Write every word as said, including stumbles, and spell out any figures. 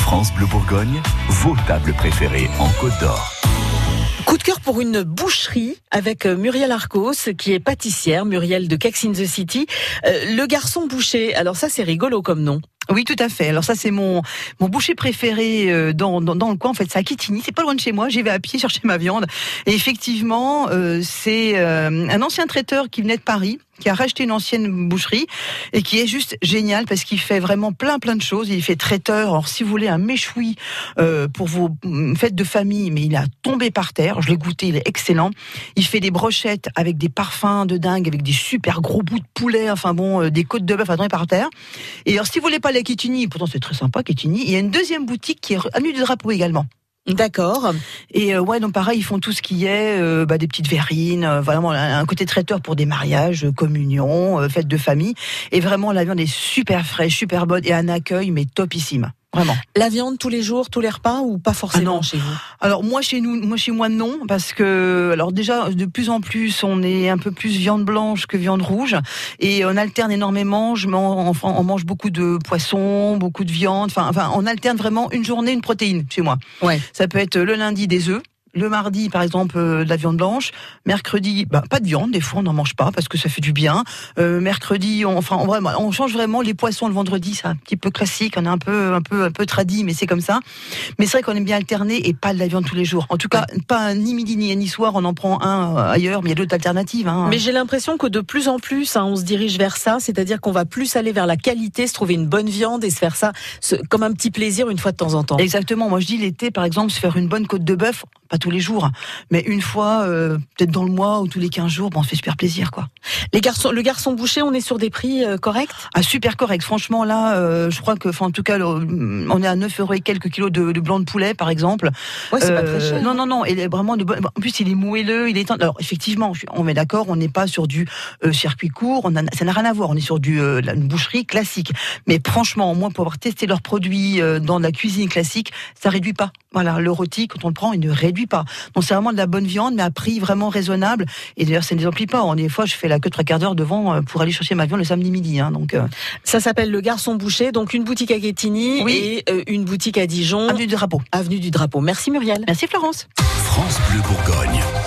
France Bleu Bourgogne, vos tables préférées en Côte d'Or. Coup de cœur pour une boucherie avec Muriel Arcos, qui est pâtissière, Muriel de Cakes in the City. Euh, le garçon boucher, alors ça c'est rigolo comme nom. Oui, tout à fait. Alors ça, c'est mon mon boucher préféré dans, dans dans le coin. En fait, c'est à Quetigny. C'est pas loin de chez moi. J'y vais à pied chercher ma viande. Et effectivement, euh, c'est euh, un ancien traiteur qui venait de Paris, qui a racheté une ancienne boucherie et qui est juste génial parce qu'il fait vraiment plein plein de choses. Il fait traiteur. Alors si vous voulez un méchoui euh, pour vos fêtes de famille, mais il a tombé par terre. Je l'ai goûté, il est excellent. Il fait des brochettes avec des parfums de dingue, avec des super gros bouts de poulet. Enfin bon, euh, des côtes de bœuf à tomber par terre. Et alors si vous voulez pas les Quetigny, pourtant c'est très sympa Quetigny, il y a une deuxième boutique qui est avenue du Drapeau également. D'accord. Et euh, ouais, donc pareil, ils font tout ce qui est euh, bah, des petites verrines, euh, vraiment un, un côté traiteur pour des mariages, euh, communions, euh, fêtes de famille. Et vraiment, la viande est super fraîche, super bonne et un accueil mais topissime. Vraiment. La viande tous les jours, tous les repas ou pas forcément ah non. chez vous? Alors moi chez nous, moi chez moi non, parce que alors déjà de plus en plus on est un peu plus viande blanche que viande rouge et on alterne énormément. Je mange, enfin, on mange beaucoup de poissons, beaucoup de viande. Enfin, enfin on alterne vraiment une journée une protéine chez moi. Ouais. Ça peut être le lundi des œufs. Le mardi, par exemple, euh, de la viande blanche. Mercredi, bah, pas de viande. Des fois, on n'en mange pas parce que ça fait du bien. Euh, mercredi, on, enfin, on, vraiment, on change vraiment les poissons le vendredi. C'est un petit peu classique. On est un peu, un peu, un peu tradit, mais c'est comme ça. Mais c'est vrai qu'on aime bien alterner et pas de la viande tous les jours. En tout cas, ouais. Pas ni midi ni, ni soir. On en prend un euh, ailleurs, mais il y a d'autres alternatives. Hein. Mais j'ai l'impression que de plus en plus, hein, on se dirige vers ça. C'est-à-dire qu'on va plus aller vers la qualité, se trouver une bonne viande et se faire ça se, comme un petit plaisir une fois de temps en temps. Exactement. Moi, je dis l'été, par exemple, se faire une bonne côte de bœuf. Pas tous les jours, mais une fois, euh, peut-être dans le mois ou tous les quinze jours, bon, on se fait super plaisir, quoi. Les garçons, le garçon boucher, on est sur des prix euh, corrects? Ah, super correct. Franchement, là, euh, je crois que, enfin, en tout cas, le, on est à neuf euros et quelques kilos de, de blanc de poulet, par exemple. Ouais, c'est euh, pas très cher. Non, non, non. Il est vraiment de bon. En plus, il est moelleux, il est tendre. Alors, effectivement, on est d'accord, on n'est pas sur du euh, circuit court. On a, ça n'a rien à voir. On est sur du euh, une boucherie classique. Mais franchement, au moins pour avoir testé leurs produits euh, dans la cuisine classique, ça réduit pas. Voilà, le rôti, quand on le prend, il ne réduit pas. Donc c'est vraiment de la bonne viande, mais à prix vraiment raisonnable. Et d'ailleurs, ça ne les emplit pas. En des fois, je fais la queue de trois quarts d'heure devant pour aller chercher ma viande le samedi midi. Hein, donc euh... ça s'appelle le Garçon Boucher. Donc une boutique à Quetigny oui. et euh, une boutique à Dijon. Avenue du Drapeau. Avenue du Drapeau. Merci Muriel. Merci Florence. France Bleu Bourgogne.